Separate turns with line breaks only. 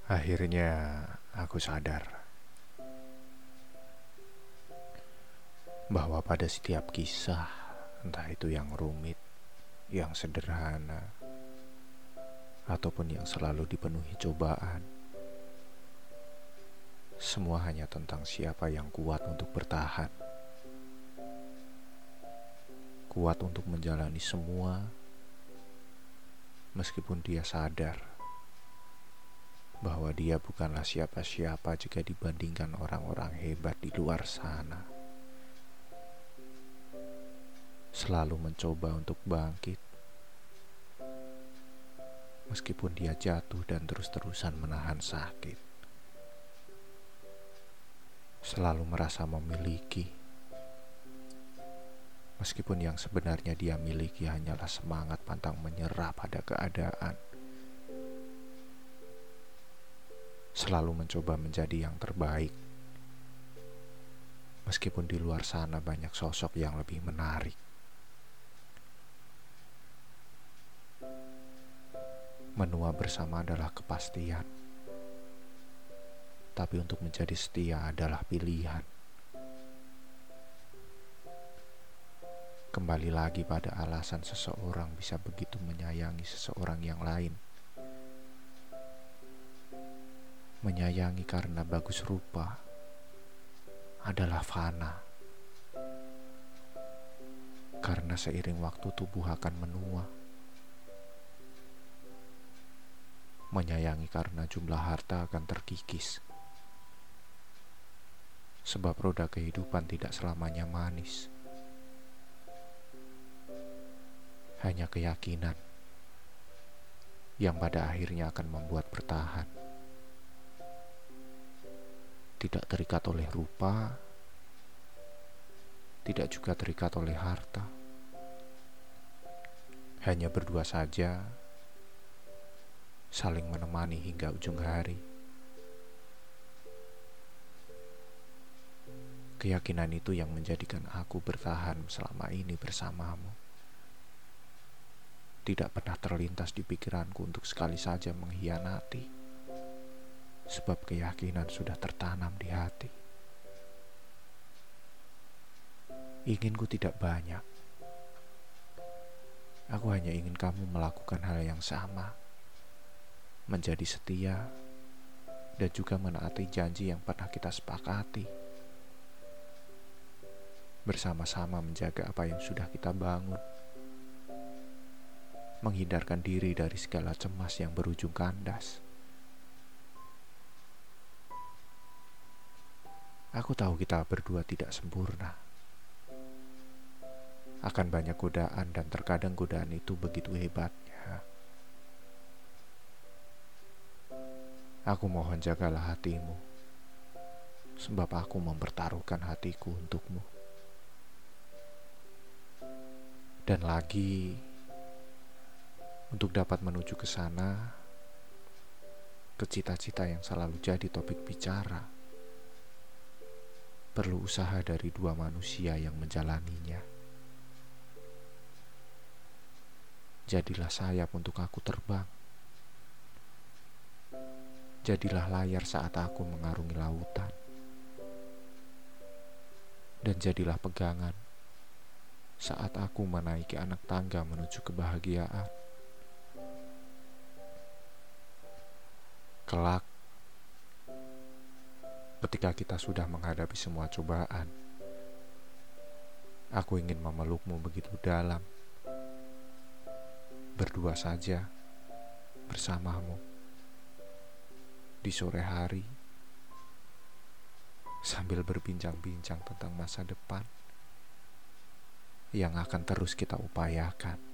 Akhirnya aku sadar bahwa pada setiap kisah, entah itu yang rumit, yang sederhana, ataupun yang selalu dipenuhi cobaan, semua hanya tentang siapa yang kuat untuk bertahan, kuat untuk menjalani semua, meskipun dia sadar bahwa dia bukanlah siapa-siapa jika dibandingkan orang-orang hebat di luar sana. Selalu mencoba untuk bangkit, meskipun dia jatuh dan terus-terusan menahan sakit. Selalu merasa memiliki, meskipun yang sebenarnya dia miliki hanyalah semangat pantang menyerah pada keadaan. Selalu mencoba menjadi yang terbaik, meskipun di luar sana banyak sosok yang lebih menarik. Menua bersama adalah kepastian, tapi untuk menjadi setia adalah pilihan. Kembali lagi pada alasan seseorang bisa begitu menyayangi seseorang yang lain. Menyayangi karena bagus rupa adalah fana, karena seiring waktu tubuh akan menua. Menyayangi karena jumlah harta akan terkikis, sebab roda kehidupan tidak selamanya manis. Hanya keyakinan yang pada akhirnya akan membuat bertahan. Tidak terikat oleh rupa, tidak juga terikat oleh harta. Hanya berdua saja, saling menemani hingga ujung hari. Keyakinan itu yang menjadikan aku bertahan selama ini bersamamu. Tidak pernah terlintas di pikiranku untuk sekali saja mengkhianati, sebab keyakinan sudah tertanam di hati. Inginku tidak banyak. Aku hanya ingin kamu melakukan hal yang sama, menjadi setia, dan juga menaati janji yang pernah kita sepakati. Bersama-sama menjaga apa yang sudah kita bangun, menghindarkan diri dari segala cemas yang berujung kandas. Aku tahu kita berdua tidak sempurna. Akan banyak godaan dan terkadang godaan itu begitu hebatnya. Aku mohon jagalah hatimu, sebab aku mempertaruhkan hatiku untukmu. Dan lagi, untuk dapat menuju ke sana, ke cita-cita yang selalu jadi topik bicara, perlu usaha dari dua manusia yang menjalaninya. Jadilah sayap untuk aku terbang. Jadilah layar saat aku mengarungi lautan. Dan jadilah pegangan saat aku menaiki anak tangga menuju kebahagiaan. Kelak, ketika kita sudah menghadapi semua cobaan, aku ingin memelukmu begitu dalam, berdua saja, bersamamu, di sore hari, sambil berbincang-bincang tentang masa depan yang akan terus kita upayakan.